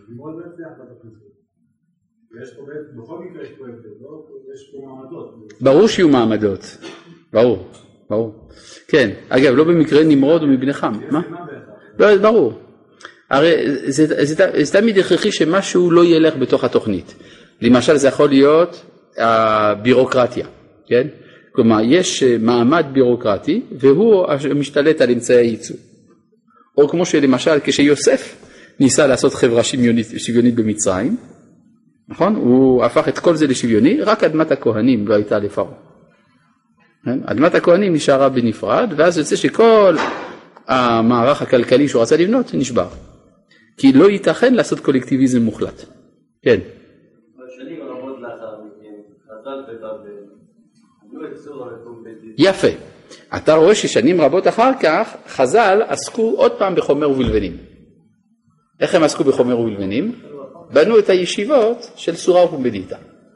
בכל מקרה יש פה הבדל, יש פה מעמדות. ברור שיהיו מעמדות. ברור, ברור. כן, אגב, לא במקרה נמרוד ומבני חם. מה? לא, ברור. הרי זה, זה, זה, זה תמיד הכרחי שמשהו לא ילך בתוך התוכנית. למשל זה יכול להיות הבירוקרטיה, כן? כלומר יש מעמד בירוקרטי והוא משתלט על אמצעי הייצוא. או כמו שלמשל כשיוסף ניסה לעשות חברה שוויונית, שוויונית במצרים, נכון? הוא הפך את כל זה לשוויוני, רק אדמת הכהנים לא הייתה לפרעה. אדמת הכהנים נשארה בנפרד, ואז יוצא שכל המערך הכלכלי שהוא רצה לבנות נשבר. כי לא ייתכן לעשות קולקטיביזם מוחלט. כן. בשנים רבות לאחר מכן, חז"ל ובבל, לא יצאו הרפום בדיוק. יפה. אתה רואה ששנים רבות אחר כך, חז"ל עסקו עוד פעם בחומר ובלבנים. איך הם עסקו בחומר ובלבנים? בנו את הישיבות של סורה ופומבדיתא.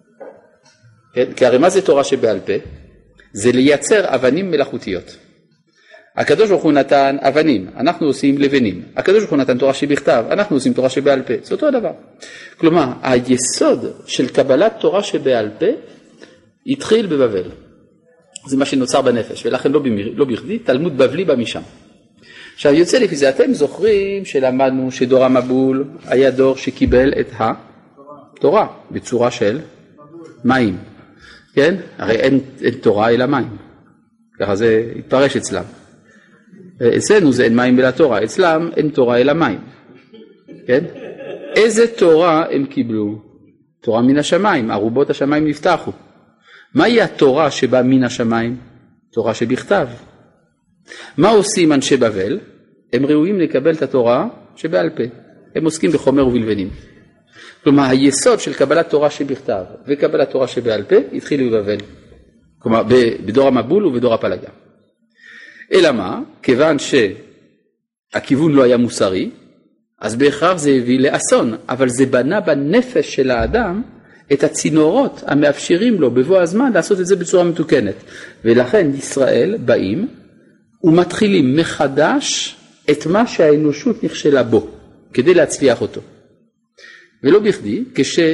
כן? כי הרי מה זה תורה שבעל פה? זה לייצר אבנים מלאכותיות. הקדוש ברוך הוא נתן אבנים, אנחנו עושים לבנים. הקדוש ברוך הוא נתן תורה שבכתב, אנחנו עושים תורה שבעל פה. זה אותו הדבר. כלומר, היסוד של קבלת תורה שבעל פה התחיל בבבל. זה מה שנוצר בנפש, ולכן לא, במיר, לא בכדי, תלמוד בבלי בא משם. עכשיו יוצא לפי זה, אתם זוכרים שלמדנו שדור המבול היה דור שקיבל את התורה בצורה של מים. כן? הרי אין, אין תורה אלא מים. ככה זה התפרש אצלם. אצלנו זה אין מים אלא תורה, אצלם אין תורה אלא מים. כן? איזה תורה הם קיבלו? תורה מן השמיים, ארובות השמיים נפתחו. מהי התורה שבאה מן השמיים? תורה שבכתב. מה עושים אנשי בבל? הם ראויים לקבל את התורה שבעל פה. הם עוסקים בחומר ובלבנים. כלומר, היסוד של קבלת תורה שבכתב וקבלת תורה שבעל פה התחילו בבבל. כלומר, בדור המבול ובדור הפלגה. אלא מה? כיוון שהכיוון לא היה מוסרי, אז בהכרח זה הביא לאסון, אבל זה בנה בנפש של האדם את הצינורות המאפשרים לו בבוא הזמן לעשות את זה בצורה מתוקנת. ולכן ישראל באים ומתחילים מחדש את מה שהאנושות נכשלה בו, כדי להצליח אותו. ולא בכדי,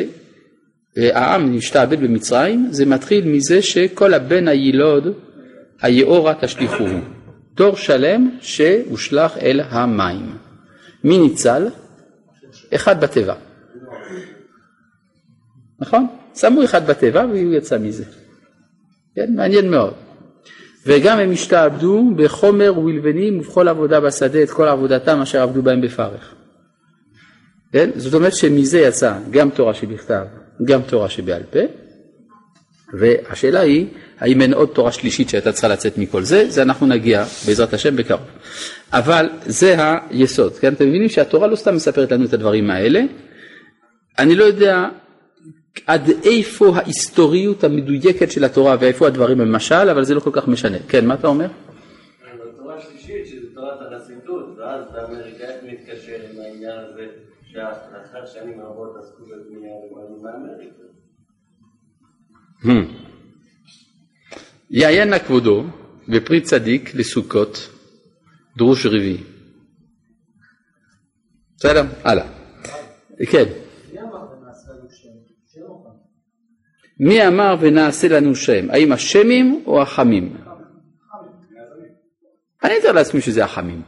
כשהעם נשתעבד במצרים, זה מתחיל מזה שכל הבן הילוד, היאורה תשליחוהו. דור שלם שהושלח אל המים. מי ניצל? אחד בטבע. נכון? שמו אחד בטבע והוא יצא מזה. כן? מעניין מאוד. וגם הם השתעבדו בחומר ובלבנים ובכל עבודה בשדה, את כל עבודתם אשר עבדו בהם בפרך. כן? זאת אומרת שמזה יצא גם תורה שבכתב, גם תורה שבעל פה, והשאלה היא, האם אין עוד תורה שלישית שהייתה צריכה לצאת מכל זה, זה אנחנו נגיע בעזרת השם בקרוב. אבל זה היסוד, כן? אתם מבינים שהתורה לא סתם מספרת לנו את הדברים האלה, אני לא יודע עד איפה ההיסטוריות המדויקת של התורה ואיפה הדברים במשל, אבל זה לא כל כך משנה. כן, מה אתה אומר? התורה השלישית שזה תורת החסידות, ואז באמריקאית מתקשר עם העניין הזה שאחר שנים רבות עסקו בבנייה ובנו באמריקה. יעיין נא כבודו בפרי צדיק לסוכות דרוש רביעי. בסדר? הלאה. כן. מי אמר ונעשה לנו שם? האם השמים או החמים? אני אתאר לעצמי שזה החמים.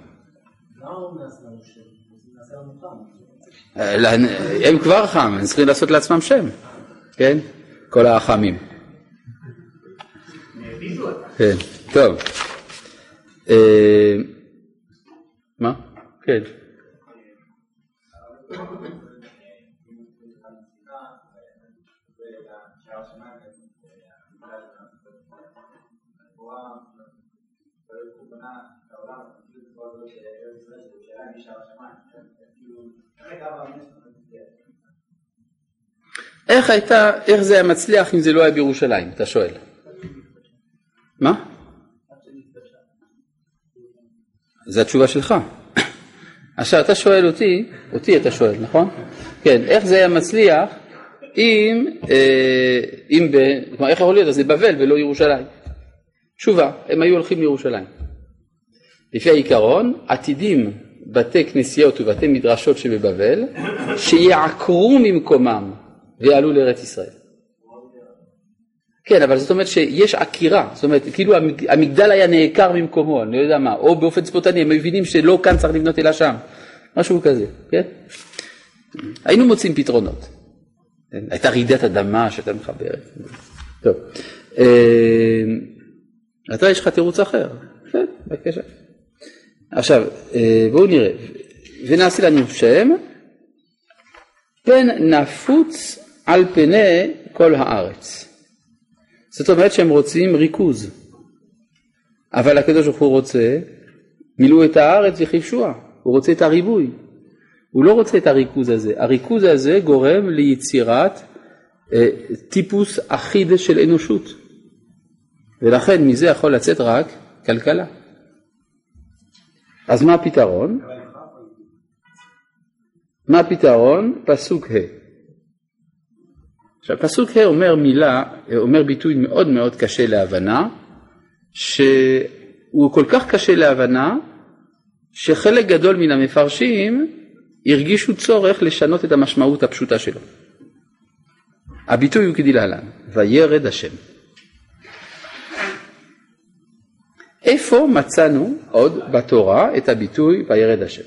הם כבר חם, הם צריכים לעשות לעצמם שם. כן? כל החמים. כן, טוב. מה? כן. איך הייתה, איך זה היה מצליח אם זה לא היה בירושלים, אתה שואל? מה? זו התשובה שלך. עכשיו אתה שואל אותי, אותי אתה שואל, נכון? כן, איך זה היה מצליח אם, אם ב, כלומר, איך יכול להיות? אז זה בבל ולא ירושלים. תשובה, הם היו הולכים לירושלים. לפי העיקרון, עתידים בתי כנסיות ובתי מדרשות שבבבל, שיעקרו ממקומם ועלו לארץ ישראל. כן, אבל זאת אומרת שיש עקירה, זאת אומרת, כאילו המגדל היה נעקר ממקומו, אני לא יודע מה, או באופן ספונטני, הם מבינים שלא כאן צריך לבנות אלא שם, משהו כזה, כן? היינו מוצאים פתרונות. הייתה רעידת אדמה שאתה מחברת. טוב. אתה יש לך תירוץ אחר. כן, בבקשה. עכשיו, בואו נראה. ונעשה לנו שם, פן נפוץ על פני כל הארץ. זאת אומרת שהם רוצים ריכוז. אבל הקדוש ברוך הוא רוצה, מילאו את הארץ וכבשוה. הוא רוצה את הריבוי. הוא לא רוצה את הריכוז הזה. הריכוז הזה גורם ליצירת אה, טיפוס אחיד של אנושות. ולכן מזה יכול לצאת רק כלכלה. אז מה הפתרון? מה הפתרון? פסוק ה'. עכשיו פסוק ה' אומר מילה, אומר ביטוי מאוד מאוד קשה להבנה, שהוא כל כך קשה להבנה, שחלק גדול מן המפרשים הרגישו צורך לשנות את המשמעות הפשוטה שלו. הביטוי הוא כדלהלן, וירד השם. איפה מצאנו עוד בתורה את הביטוי וירד השם?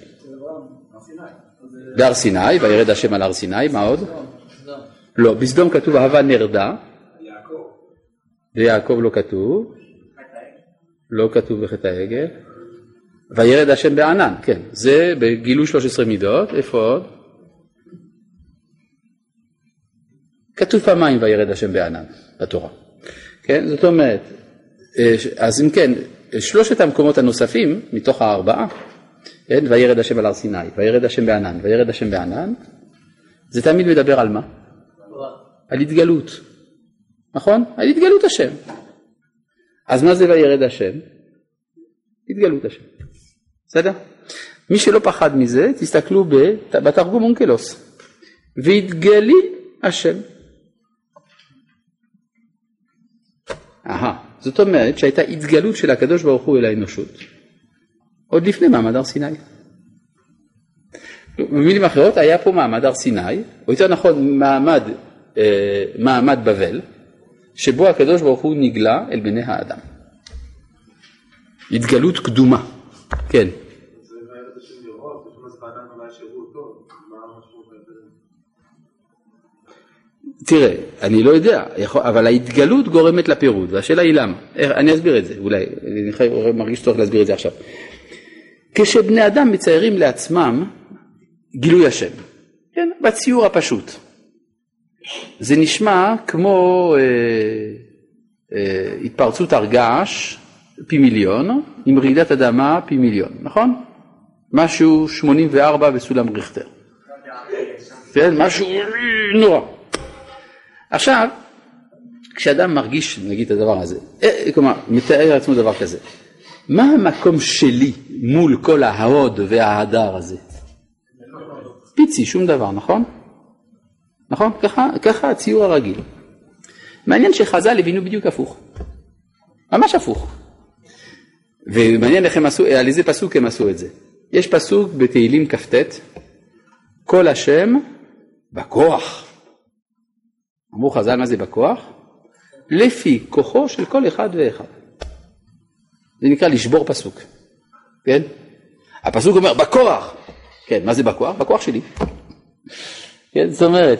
בהר סיני, וירד השם על הר סיני, מה עוד? לא, בסדום כתוב אהבה נרדה. ויעקב לא כתוב. לא כתוב בחטא העגל. וירד השם בענן, כן, זה בגילוי שלוש עשרה מידות. איפה עוד? כתוב פעמיים וירד השם בענן בתורה. כן, זאת אומרת, אז אם כן, שלושת המקומות הנוספים מתוך הארבעה, כן, וירד השם על הר סיני, וירד השם בענן, וירד השם בענן, זה תמיד מדבר על מה? על התגלות. נכון? על התגלות השם. אז מה זה וירד השם? התגלות השם. בסדר? מי שלא פחד מזה, תסתכלו בתרגום אונקלוס. והתגלי השם. אהה, זאת אומרת שהייתה התגלות של הקדוש ברוך הוא אל האנושות. עוד לפני מעמד הר סיני. במילים אחרות, היה פה מעמד הר סיני, או יותר נכון מעמד, אה, מעמד בבל, שבו הקדוש ברוך הוא נגלה אל בני האדם. התגלות קדומה. כן. זה וירד השם לראות, לפני זה באדם אולי שירו אותו, מה המשמעות הזה? תראה, אני לא יודע, אבל ההתגלות גורמת לפירוד, והשאלה היא למה. אני אסביר את זה, אולי, אני מרגיש צורך להסביר את זה עכשיו. כשבני אדם מציירים לעצמם גילוי השם, כן, בציור הפשוט. זה נשמע כמו אה, אה, התפרצות הרגש פי מיליון, עם רעידת אדמה פי מיליון, נכון? משהו שמונים וארבע בסולם ריכטר. כן, משהו נורא. עכשיו, כשאדם מרגיש, נגיד את הדבר הזה, כלומר, מתאר לעצמו דבר כזה, מה המקום שלי מול כל ההוד וההדר הזה? פיצי, שום דבר, נכון? נכון? ככה, ככה הציור הרגיל. מעניין שחז"ל הבינו בדיוק הפוך. ממש הפוך. ומעניין איך הם עשו, על איזה פסוק הם עשו את זה. יש פסוק בתהילים כ"ט, כל השם בכוח. אמרו חז"ל מה זה בכוח? לפי כוחו של כל אחד ואחד. זה נקרא לשבור פסוק. כן? הפסוק אומר בכוח. כן, מה זה בכוח? בכוח שלי. כן, זאת אומרת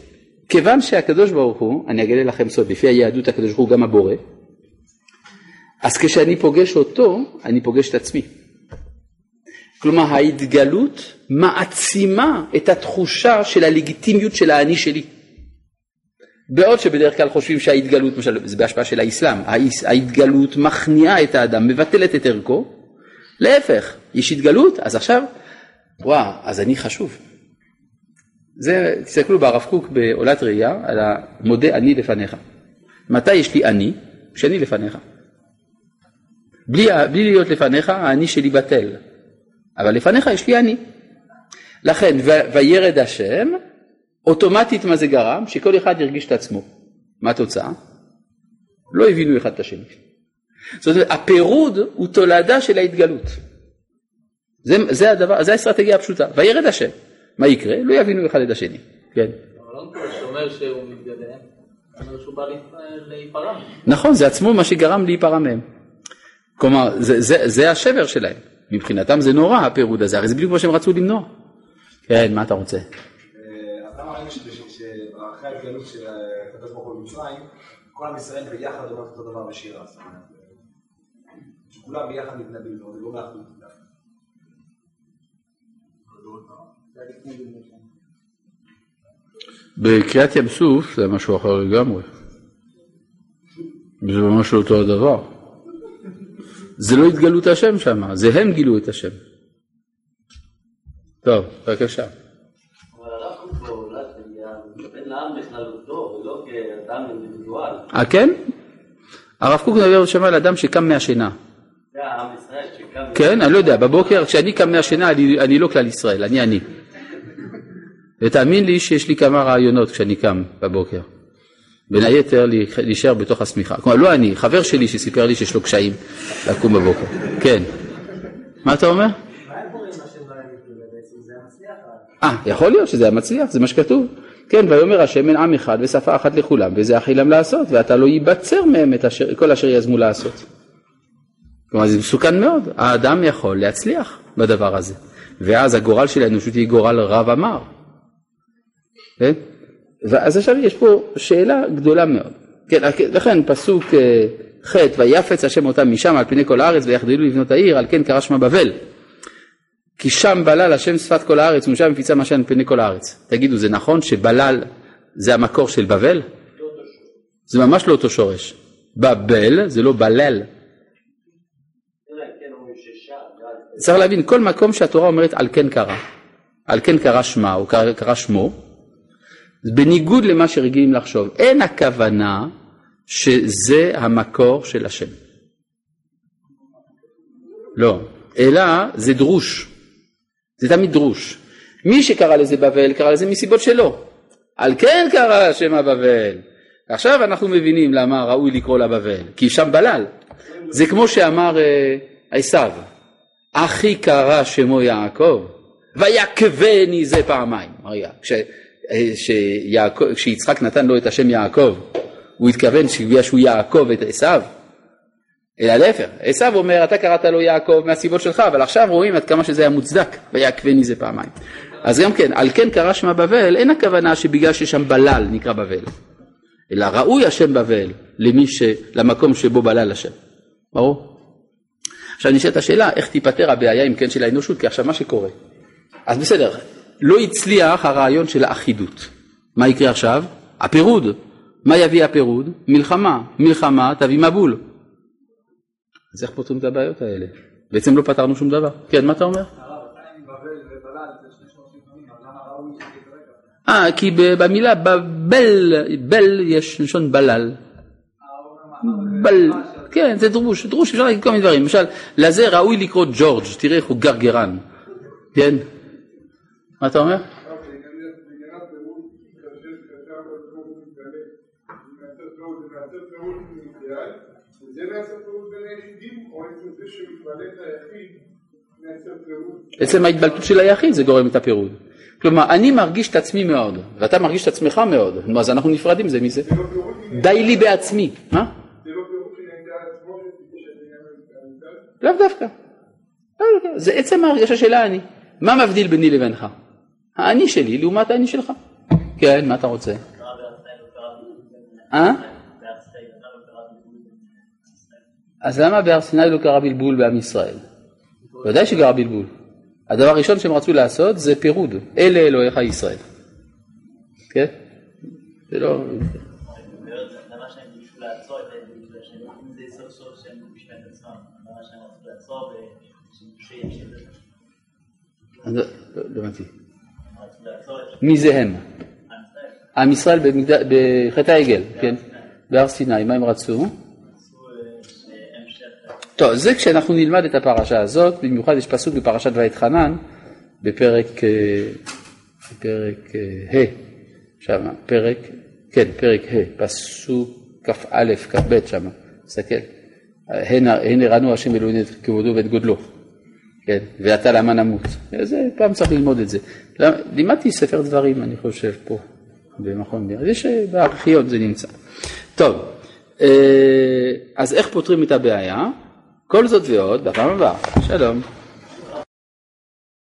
שכיוון שהקדוש ברוך הוא, אני אגלה לכם סוד, לפי היהדות הקדוש ברוך הוא גם הבורא, אז כשאני פוגש אותו, אני פוגש את עצמי. כלומר, ההתגלות מעצימה את התחושה של הלגיטימיות של האני שלי. בעוד שבדרך כלל חושבים שההתגלות, למשל, זה בהשפעה של האסלאם, ההתגלות מכניעה את האדם, מבטלת את ערכו. להפך, יש התגלות, אז עכשיו, וואו, אז אני חשוב. זה, תסתכלו ברב קוק בעולת ראייה, על המודה אני לפניך. מתי יש לי אני? כשאני לפניך. בלי, בלי להיות לפניך, האני שלי בטל. אבל לפניך יש לי אני. לכן, וירד השם, אוטומטית מה זה גרם? שכל אחד ירגיש את עצמו. מה התוצאה? לא הבינו אחד את השני. זאת אומרת, הפירוד הוא תולדה של ההתגלות. זה, זה הדבר, זה האסטרטגיה הפשוטה. וירד השם. מה יקרה? לא יבינו אחד את השני. כן. אבל לא שאומר שהוא מתגלה, אומר שהוא בא להיפרע. נכון, זה עצמו מה שגרם להיפרע מהם. כלומר, זה, זה, זה השבר שלהם. מבחינתם זה נורא הפירוד הזה, הרי זה בדיוק מה שהם רצו למנוע. כן, מה אתה רוצה? אז למה ראינו שאחרי ההתגלות של הקדוש ברוך הוא במצרים, כל עם ישראל ביחד אומרים אותו דבר בשירה, זאת אומרת, שכולם ביחד מתנבאים, זה לא מאחד מתנבאים. בקריאת ים סוף זה משהו אחר לגמרי. זה ממש לא אותו הדבר. זה לא התגלות השם שם, זה הם גילו את השם. טוב, בבקשה. אבל הרב קוק בעולת מתכוון לעם בכללותו, ולא כאדם אינדיבידואל. אה כן? הרב קוק מדבר שם על אדם שקם מהשינה. זה העם ישראל שקם... כן, אני לא יודע, בבוקר כשאני קם מהשינה אני, אני לא כלל ישראל, אני אני. ותאמין לי שיש לי כמה רעיונות כשאני קם בבוקר. בין היתר להישאר בתוך הסמיכה. כלומר, לא אני, חבר שלי שסיפר לי שיש לו קשיים לקום בבוקר. כן. מה אתה אומר? מה הם קוראים השם לא היה מתגלה בעצם? זה המצליח? אה, יכול להיות שזה המצליח, זה מה שכתוב. כן, ויאמר השם אין עם אחד ושפה אחת לכולם, וזה אכילם לעשות, ואתה לא ייבצר מהם את אשר, כל אשר יזמו לעשות. כלומר, זה מסוכן מאוד. האדם יכול להצליח בדבר הזה. ואז הגורל של האנושות היא גורל רב אמר. כן? ואז עכשיו יש פה שאלה גדולה מאוד. כן, לכן פסוק ח' ויפץ השם אותם משם על פני כל הארץ ויחדלו לבנות העיר, על כן קרא שמה בבל. כי שם בלל השם שפת כל הארץ ומשם מפיצה משם על פני כל הארץ. תגידו, זה נכון שבלל זה המקור של בבל? זה ממש לא אותו שורש. בבל זה לא בלל. צריך להבין, כל מקום שהתורה אומרת על כן קרא, על כן קרא שמה או קרא שמו, בניגוד למה שרגילים לחשוב, אין הכוונה שזה המקור של השם. לא, אלא זה דרוש. זה תמיד דרוש. מי שקרא לזה בבל, קרא לזה מסיבות שלו. על כן קרא שם הבבל. עכשיו אנחנו מבינים למה ראוי לקרוא לה בבל. כי שם בלל. זה כמו שאמר עשיו. אחי קרא שמו יעקב, ויקבני זה פעמיים. רגע, כש... שיעקב, כשיצחק נתן לו את השם יעקב, הוא התכוון שבגלל שהוא יעקב את עשיו, אלא להפך, עשיו אומר אתה קראת לו יעקב מהסיבות שלך, אבל עכשיו רואים עד כמה שזה היה מוצדק, ויקבני זה פעמיים. אז גם כן, על כן קרא שמה בבל, אין הכוונה שבגלל ששם בלל נקרא בבל, אלא ראוי השם בבל למי ש... למקום שבו בלל השם. ברור? עכשיו נשאלת השאלה איך תיפטר הבעיה אם כן של האנושות, כי עכשיו מה שקורה, אז בסדר, לא הצליח הרעיון של האחידות. מה יקרה עכשיו? הפירוד. מה יביא הפירוד? מלחמה. מלחמה תביא מבול. אז איך פותרים את הבעיות האלה? בעצם לא פתרנו שום דבר. כן, מה אתה אומר? אה, כי במילה בבל, בל יש לשון בלל. בל, כן, זה דרוש. דרוש אפשר להגיד כל מיני דברים. למשל, לזה ראוי לקרוא ג'ורג', תראה איך הוא גרגרן. כן? מה אתה אומר? עצם ההתבלטות של היחיד זה גורם את הפירוד. כלומר, אני מרגיש את עצמי מאוד, ואתה מרגיש את עצמך מאוד, אז אנחנו נפרדים זה מזה. די לי בעצמי. מה? לאו דווקא. זה עצם ההרגשה של האני. מה מבדיל ביני לבינך? האני שלי לעומת האני שלך. כן, מה אתה רוצה? אה? אז למה בהר סיני לא קרה בלבול בעם ישראל? ודאי שקרה בלבול. הדבר הראשון שהם רצו לעשות זה פירוד. אלה אלוהיך ישראל. כן? זה לא... למה שהם ביקשו לעצור את זה, שהם נותנים את זה סוף סוף שהם בשביל את עצמם. למה שהם רצו לעצור ושימשיך את זה. לא הבנתי. מי זה הם? עם ישראל בחטא העגל, כן? בהר סיני, מה הם רצו? טוב, זה כשאנחנו נלמד את הפרשה הזאת, במיוחד יש פסוק בפרשת ואתחנן, בפרק, בפרק ה', שם, פרק, כן, פרק ה', פסוק כ"א, כ"ב שם, תסתכל. הן הראנו השם אלוהינו את כבודו ואת גודלו, כן, ואתה למה נמות. זה פעם צריך ללמוד את זה. לימדתי ספר דברים, אני חושב, פה, במכון דיר. יש בארכיון זה נמצא. טוב, אז איך פותרים את הבעיה? כל זאת ועוד, בפעם הבאה. שלום.